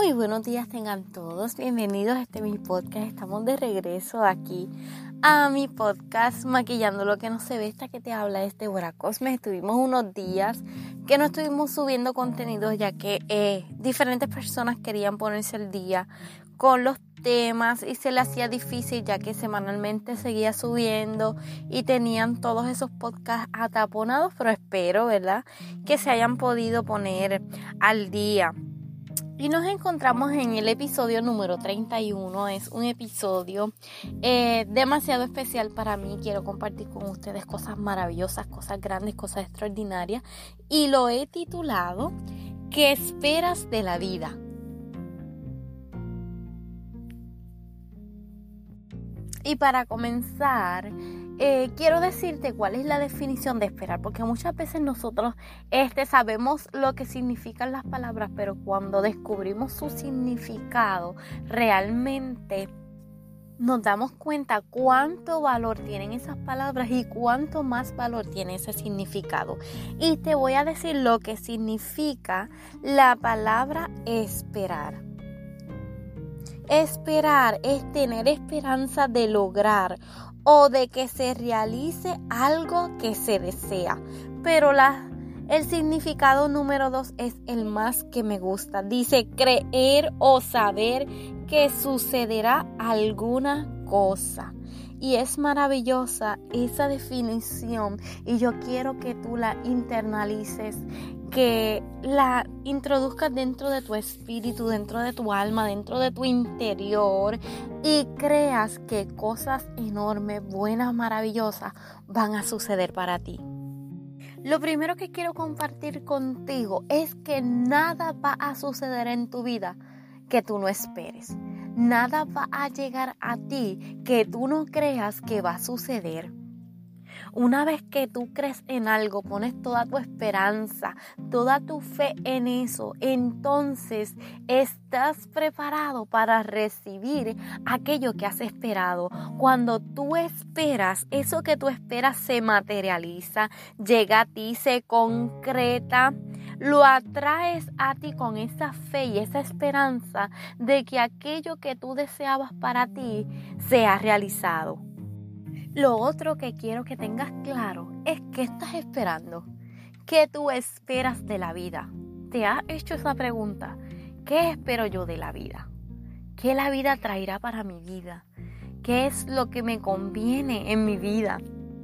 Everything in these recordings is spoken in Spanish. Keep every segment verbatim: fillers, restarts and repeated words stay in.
Muy buenos días tengan todos, bienvenidos a este mi podcast. Estamos de regreso aquí a mi podcast Maquillando lo que no se ve. Esta que te habla es Deborah Cosme. Estuvimos unos días que no estuvimos subiendo contenido ya que eh, diferentes personas querían ponerse al día con los temas y se les hacía difícil ya que semanalmente seguía subiendo y tenían todos esos podcasts ataponados, pero espero, ¿verdad?, que se hayan podido poner al día. Y nos encontramos en el episodio número treinta y uno. Es un episodio eh, demasiado especial para mí. Quiero compartir con ustedes cosas maravillosas, cosas grandes, cosas extraordinarias. Y lo he titulado ¿Qué esperas de la vida? Y para comenzar, eh, quiero decirte cuál es la definición de esperar, porque muchas veces nosotros este, sabemos lo que significan las palabras, pero cuando descubrimos su significado, realmente nos damos cuenta cuánto valor tienen esas palabras y cuánto más valor tiene ese significado. Y te voy a decir lo que significa la palabra esperar. Esperar es tener esperanza de lograr o de que se realice algo que se desea. Pero la, el significado número dos es el más que me gusta. Dice creer o saber que sucederá alguna cosa. Y es maravillosa esa definición y yo quiero que tú la internalices, que la introduzcas dentro de tu espíritu, dentro de tu alma, dentro de tu interior y creas que cosas enormes, buenas, maravillosas van a suceder para ti. Lo primero que quiero compartir contigo es que nada va a suceder en tu vida que tú no esperes. Nada va a llegar a ti que tú no creas que va a suceder. Una vez que tú crees en algo, pones toda tu esperanza, toda tu fe en eso, entonces estás preparado para recibir aquello que has esperado. Cuando tú esperas, eso que tú esperas se materializa, llega a ti, se concreta, lo atraes a ti con esa fe y esa esperanza de que aquello que tú deseabas para ti sea realizado. Lo otro que quiero que tengas claro es qué estás esperando. ¿Qué tú esperas de la vida? ¿Te has hecho esa pregunta? ¿Qué espero yo de la vida? ¿Qué la vida traerá para mi vida? ¿Qué es lo que me conviene en mi vida?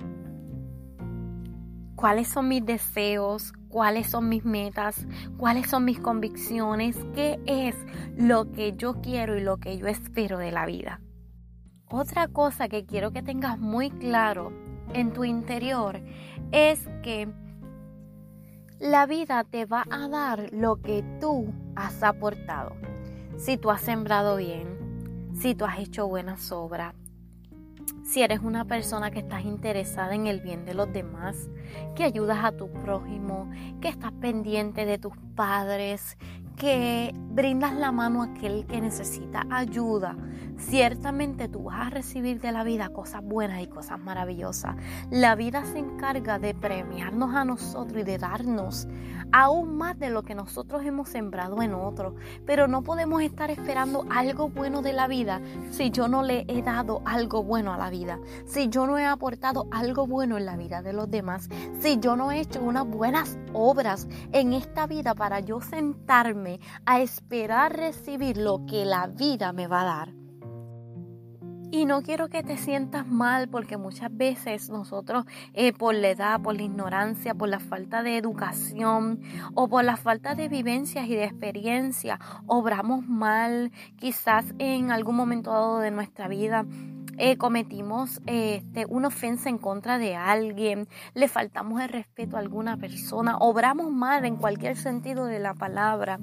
¿Cuáles son mis deseos? ¿Cuáles son mis metas? ¿Cuáles son mis convicciones? ¿Qué es lo que yo quiero y lo que yo espero de la vida? Otra cosa que quiero que tengas muy claro en tu interior es que la vida te va a dar lo que tú has aportado. Si tú has sembrado bien, si tú has hecho buenas obras, si eres una persona que estás interesada en el bien de los demás, que ayudas a tu prójimo, que estás pendiente de tus padres, que brindas la mano a aquel que necesita ayuda, ciertamente tú vas a recibir de la vida cosas buenas y cosas maravillosas. La vida se encarga de premiarnos a nosotros y de darnos aún más de lo que nosotros hemos sembrado en otros. Pero no podemos estar esperando algo bueno de la vida si yo no le he dado algo bueno a la vida, si yo no he aportado algo bueno en la vida de los demás, si yo no he hecho unas buenas obras en esta vida para yo sentarme a esperar recibir lo que la vida me va a dar. Y no quiero que te sientas mal porque muchas veces nosotros eh, por la edad, por la ignorancia, por la falta de educación o por la falta de vivencias y de experiencia, obramos mal, quizás en algún momento dado de nuestra vida. Eh, cometimos eh, este, una ofensa en contra de alguien, le faltamos el respeto a alguna persona, obramos mal en cualquier sentido de la palabra.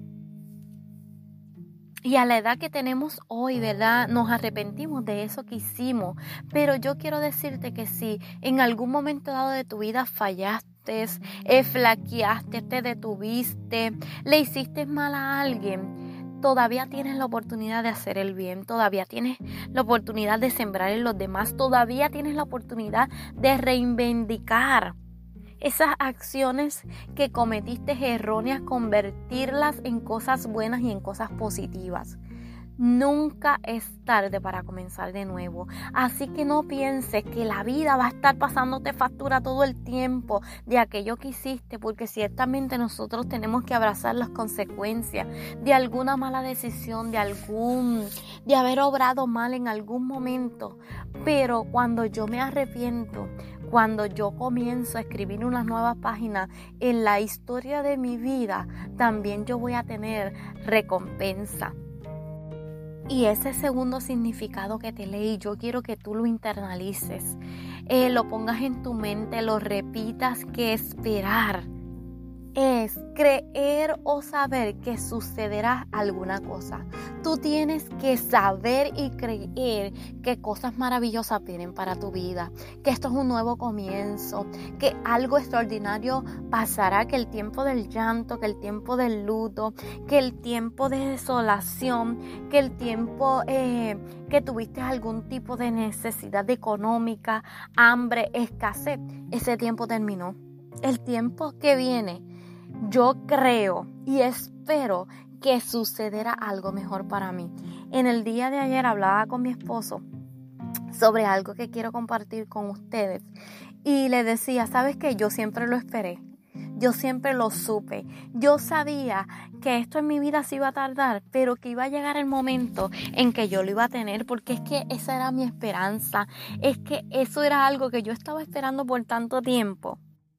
Y a la edad que tenemos hoy, ¿verdad?, nos arrepentimos de eso que hicimos. Pero yo quiero decirte que si en algún momento dado de tu vida fallaste, eh, flaqueaste, te detuviste, le hiciste mal a alguien, todavía tienes la oportunidad de hacer el bien, todavía tienes la oportunidad de sembrar en los demás, todavía tienes la oportunidad de reivindicar esas acciones que cometiste erróneas, convertirlas en cosas buenas y en cosas positivas. Nunca es tarde para comenzar de nuevo. Así que no pienses que la vida va a estar pasándote factura todo el tiempo de aquello que hiciste, porque ciertamente nosotros tenemos que abrazar las consecuencias de alguna mala decisión, de algún, de haber obrado mal en algún momento. Pero cuando yo me arrepiento, cuando yo comienzo a escribir una nueva página en la historia de mi vida, también yo voy a tener recompensa. Y ese segundo significado que te leí, yo quiero que tú lo internalices, eh, lo pongas en tu mente, lo repitas, que esperar es creer o saber que sucederá alguna cosa. Tú tienes que saber y creer que cosas maravillosas vienen para tu vida, que esto es un nuevo comienzo, que algo extraordinario pasará, que el tiempo del llanto, que el tiempo del luto, que el tiempo de desolación, que el tiempo eh, que tuviste algún tipo de necesidad económica, hambre, escasez, ese tiempo terminó. El tiempo que viene, yo creo y espero que sucederá algo mejor para mí. En el día de ayer hablaba con mi esposo sobre algo que quiero compartir con ustedes y le decía, ¿sabes qué? Yo siempre lo esperé, yo siempre lo supe, yo sabía que esto en mi vida se iba a tardar, pero que iba a llegar el momento en que yo lo iba a tener, porque es que esa era mi esperanza, es que eso era algo que yo estaba esperando por tanto tiempo.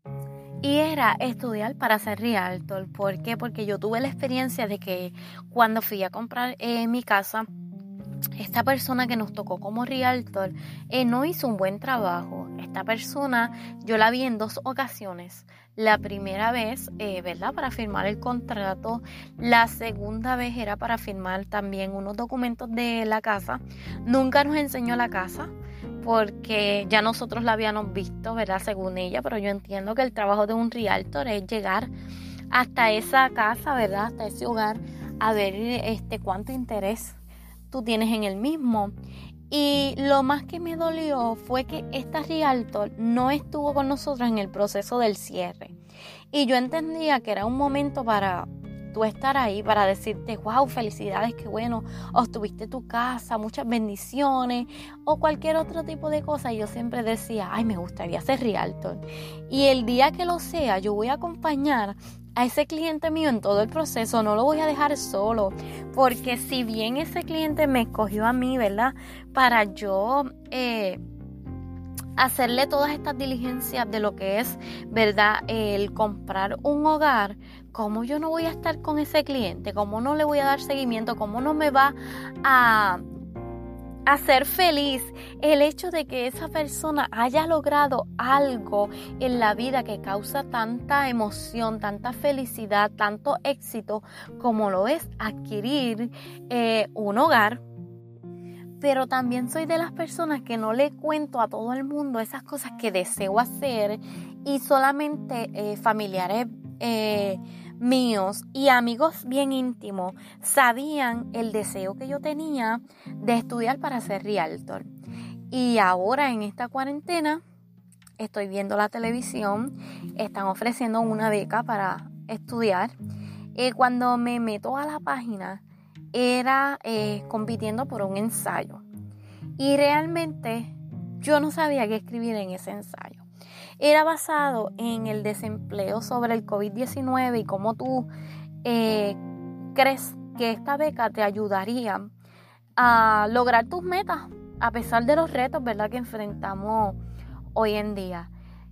Y era estudiar para ser realtor. ¿Por qué? Porque yo tuve la experiencia de que cuando fui a comprar eh, mi casa, esta persona que nos tocó como realtor eh, no hizo un buen trabajo. Esta persona yo la vi en dos ocasiones. La primera vez, eh, ¿verdad? Para firmar el contrato. La segunda vez era para firmar también unos documentos de la casa. Nunca nos enseñó la casa, porque ya nosotros la habíamos visto, ¿verdad? Según ella, pero yo entiendo que el trabajo de un realtor es llegar hasta esa casa, ¿verdad? Hasta ese hogar, a ver este cuánto interés tú tienes en el mismo. Y lo más que me dolió fue que esta realtor no estuvo con nosotros en el proceso del cierre. Y yo entendía que era un momento para tú estar ahí, para decirte, wow, felicidades, qué bueno, obtuviste tu casa, muchas bendiciones, o cualquier otro tipo de cosa. Y yo siempre decía, ay, me gustaría ser realtor. Y el día que lo sea, yo voy a acompañar a ese cliente mío en todo el proceso, no lo voy a dejar solo, porque si bien ese cliente me escogió a mí, ¿verdad? Para yo eh, hacerle todas estas diligencias de lo que es, ¿verdad? El comprar un hogar, ¿cómo yo no voy a estar con ese cliente? ¿Cómo no le voy a dar seguimiento? ¿Cómo no me va a hacer feliz el hecho de que esa persona haya logrado algo en la vida que causa tanta emoción, tanta felicidad, tanto éxito como lo es adquirir eh, un hogar? Pero también soy de las personas que no le cuento a todo el mundo esas cosas que deseo hacer, y solamente eh, familiares eh, míos y amigos bien íntimos sabían el deseo que yo tenía de estudiar para ser realtor. Y ahora en esta cuarentena estoy viendo la televisión, están ofreciendo una beca para estudiar. Eh, cuando me meto a la página era eh, compitiendo por un ensayo, y realmente yo no sabía qué escribir en ese ensayo. Era basado en el desempleo sobre el covid diecinueve y cómo tú eh, crees que esta beca te ayudaría a lograr tus metas a pesar de los retos, ¿verdad?, que enfrentamos hoy en día.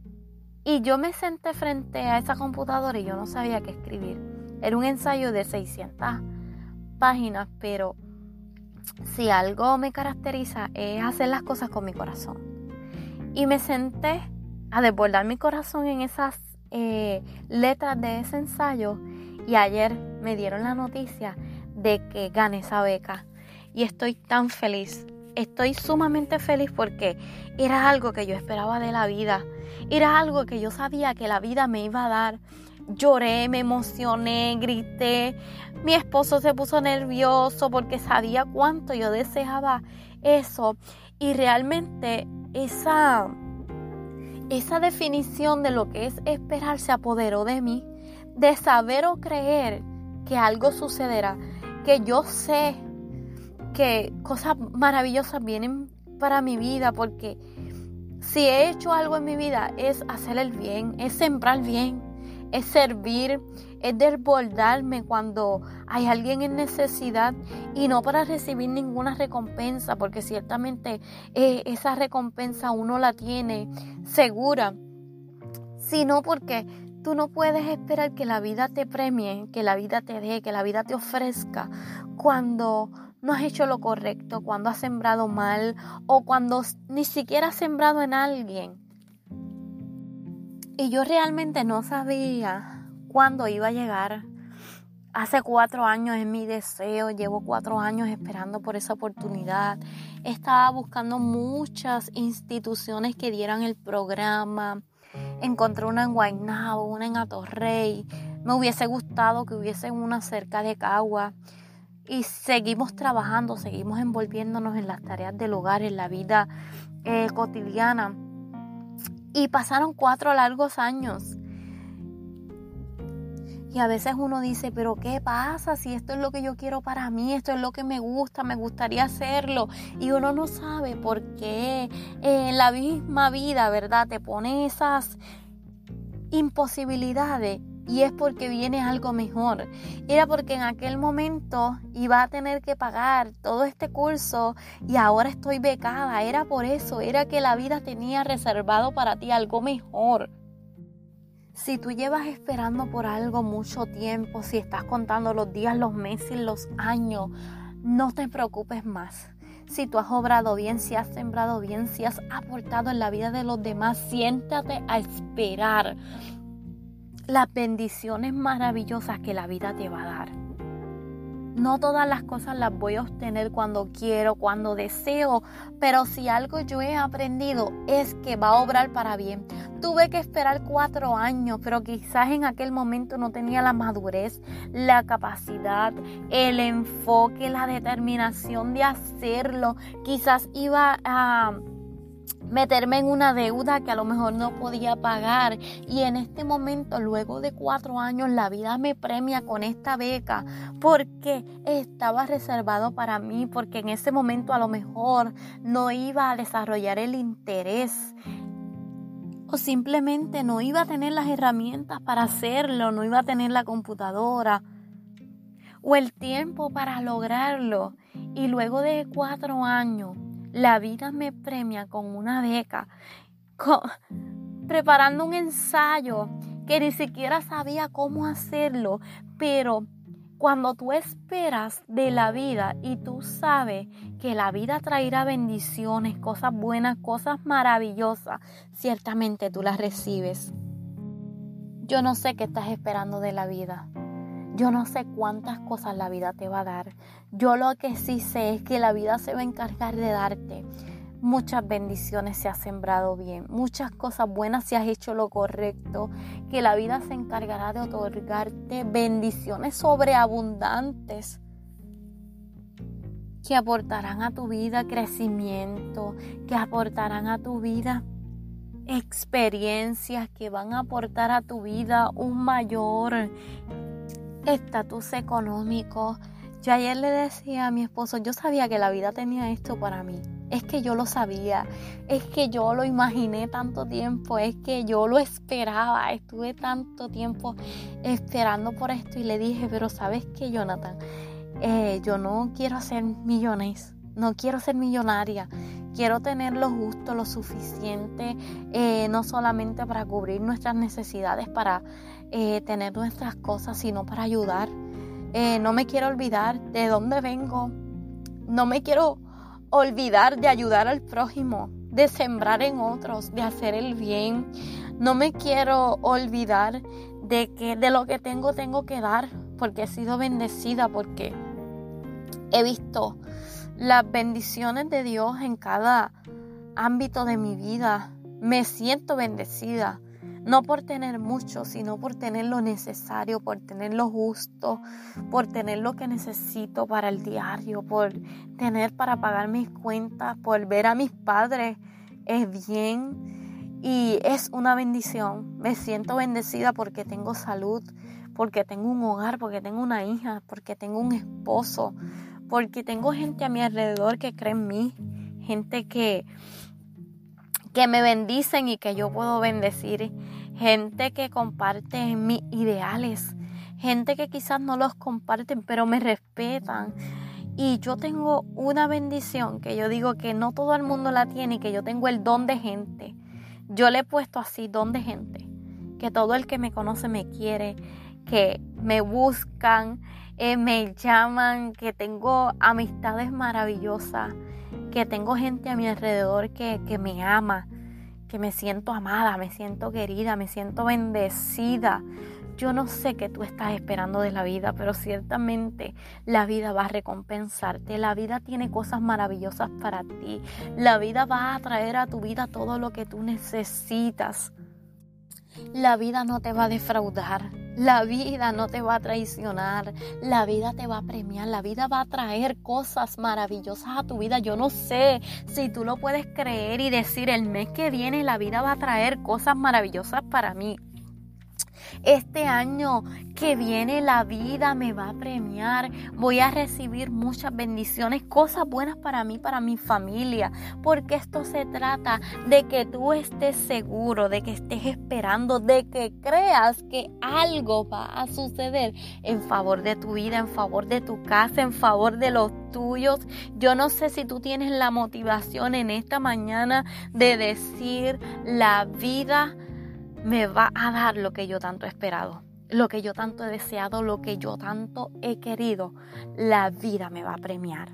Y yo me senté frente a esa computadora y yo no sabía qué escribir. Era un ensayo de seiscientas páginas, pero si algo me caracteriza es hacer las cosas con mi corazón. Y me senté a desbordar mi corazón en esas eh, letras de ese ensayo, y ayer me dieron la noticia de que gané esa beca y estoy tan feliz. Estoy sumamente feliz porque era algo que yo esperaba de la vida, era algo que yo sabía que la vida me iba a dar. Lloré, me emocioné, grité. Mi esposo se puso nervioso porque sabía cuánto yo deseaba eso. Y realmente esa, esa definición de lo que es esperar se apoderó de mí, de saber o creer que algo sucederá, que yo sé que cosas maravillosas vienen para mi vida, porque si he hecho algo en mi vida es hacer el bien, es sembrar bien, es servir, es desbordarme cuando hay alguien en necesidad, y no para recibir ninguna recompensa, porque ciertamente eh, esa recompensa uno la tiene segura, sino porque tú no puedes esperar que la vida te premie, que la vida te dé, que la vida te ofrezca cuando no has hecho lo correcto, cuando has sembrado mal o cuando ni siquiera has sembrado en alguien. Y yo realmente no sabía cuándo iba a llegar. Hace cuatro años es mi deseo, llevo cuatro años esperando por esa oportunidad. Estaba buscando muchas instituciones que dieran el programa. Encontré una en Guaynabo, una en Atorrey. Me hubiese gustado que hubiese una cerca de Cagua. Y seguimos trabajando, seguimos envolviéndonos en las tareas del hogar, en la vida eh, cotidiana. Y pasaron cuatro largos años. Y a veces uno dice, pero ¿qué pasa si esto es lo que yo quiero para mí? Esto es lo que me gusta, me gustaría hacerlo. Y uno no sabe por qué en la misma vida, ¿verdad? Te pone esas imposibilidades. Y es porque viene algo mejor. Era porque en aquel momento iba a tener que pagar todo este curso y ahora estoy becada. Era por eso, era que la vida tenía reservado para ti algo mejor. Si tú llevas esperando por algo mucho tiempo, si estás contando los días, los meses, los años, no te preocupes más. Si tú has obrado bien, si has sembrado bien, si has aportado en la vida de los demás, siéntate a esperar las bendiciones maravillosas que la vida te va a dar. No todas las cosas las voy a obtener cuando quiero, cuando deseo, pero si algo yo he aprendido es que va a obrar para bien. Tuve que esperar cuatro años, pero quizás en aquel momento no tenía la madurez, la capacidad, el enfoque, la determinación de hacerlo. Quizás iba a meterme en una deuda que a lo mejor no podía pagar, y en este momento, luego de cuatro años, la vida me premia con esta beca porque estaba reservado para mí, porque en ese momento a lo mejor no iba a desarrollar el interés o simplemente no iba a tener las herramientas para hacerlo, no iba a tener la computadora o el tiempo para lograrlo. Y luego de cuatro años la vida me premia con una beca, con, preparando un ensayo que ni siquiera sabía cómo hacerlo. Pero cuando tú esperas de la vida y tú sabes que la vida traerá bendiciones, cosas buenas, cosas maravillosas, ciertamente tú las recibes. Yo no sé qué estás esperando de la vida. Yo no sé cuántas cosas la vida te va a dar. Yo lo que sí sé es que la vida se va a encargar de darte muchas bendiciones si has sembrado bien, muchas cosas buenas si has hecho lo correcto, que la vida se encargará de otorgarte bendiciones sobreabundantes que aportarán a tu vida crecimiento, que aportarán a tu vida experiencias, que van a aportar a tu vida un mayor estatus económico. Yo ayer le decía a mi esposo, yo sabía que la vida tenía esto para mí. Es que yo lo sabía, es que yo lo imaginé tanto tiempo, es que yo lo esperaba, estuve tanto tiempo esperando por esto. Y le dije, pero ¿sabes qué, Jonathan? Eh, yo no quiero ser millones, no quiero ser millonaria. Quiero tener lo justo, lo suficiente, eh, no solamente para cubrir nuestras necesidades, para eh, tener nuestras cosas, sino para ayudar. Eh, no me quiero olvidar de dónde vengo. No me quiero olvidar de ayudar al prójimo, de sembrar en otros, de hacer el bien. No me quiero olvidar de que de lo que tengo tengo que dar, porque he sido bendecida, porque he visto las bendiciones de Dios en cada ámbito de mi vida. Me siento bendecida, no por tener mucho, sino por tener lo necesario, por tener lo justo, por tener lo que necesito para el diario, por tener para pagar mis cuentas, por ver a mis padres es bien. y es una bendición. Me siento bendecida porque tengo salud, porque tengo un hogar, porque tengo una hija, porque tengo un esposo, porque tengo gente a mi alrededor que cree en mí, gente que, que me bendicen y que yo puedo bendecir, gente que comparte mis ideales, gente que quizás no los comparten pero me respetan. Y yo tengo una bendición que yo digo que no todo el mundo la tiene y que yo tengo el don de gente. Yo le he puesto así, don de gente, que todo el que me conoce me quiere, que me buscan, eh, me llaman, que tengo amistades maravillosas, que tengo gente a mi alrededor que, que me ama, que me siento amada, me siento querida, me siento bendecida. Yo no sé qué tú estás esperando de la vida, pero ciertamente la vida va a recompensarte. La vida tiene cosas maravillosas para ti. La vida va a traer a tu vida todo lo que tú necesitas. La vida no te va a defraudar. La vida no te va a traicionar. La vida te va a premiar. La vida va a traer cosas maravillosas a tu vida. Yo no sé si tú lo puedes creer y decir, el mes que viene la vida va a traer cosas maravillosas para mí. Este año que viene la vida me va a premiar, voy a recibir muchas bendiciones, cosas buenas para mí, para mi familia, porque esto se trata de que tú estés seguro, de que estés esperando, de que creas que algo va a suceder en favor de tu vida, en favor de tu casa, en favor de los tuyos. Yo no sé si tú tienes la motivación en esta mañana de decir, la vida me va a dar lo que yo tanto he esperado, lo que yo tanto he deseado, lo que yo tanto he querido. La vida me va a premiar.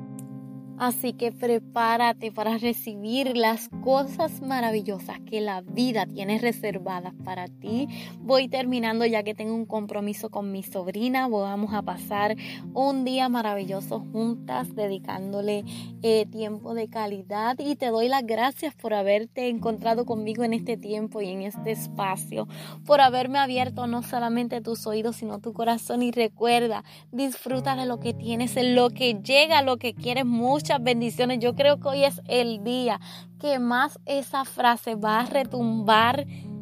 Así que prepárate para recibir las cosas maravillosas que la vida tiene reservadas para ti. Voy terminando ya que tengo un compromiso con mi sobrina. Vamos a pasar un día maravilloso juntas, dedicándole eh, tiempo de calidad. Y te doy las gracias por haberte encontrado conmigo en este tiempo y en este espacio, por haberme abierto no solamente tus oídos, sino tu corazón. Y recuerda, disfruta de lo que tienes, en lo que llega, lo que quieres mucho. Muchas bendiciones. Yo creo que hoy es el día que más esa frase va a retumbar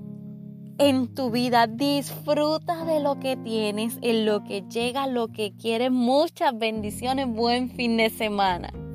en tu vida. Disfruta de lo que tienes, en lo que llega, lo que quieres. Muchas bendiciones. Buen fin de semana.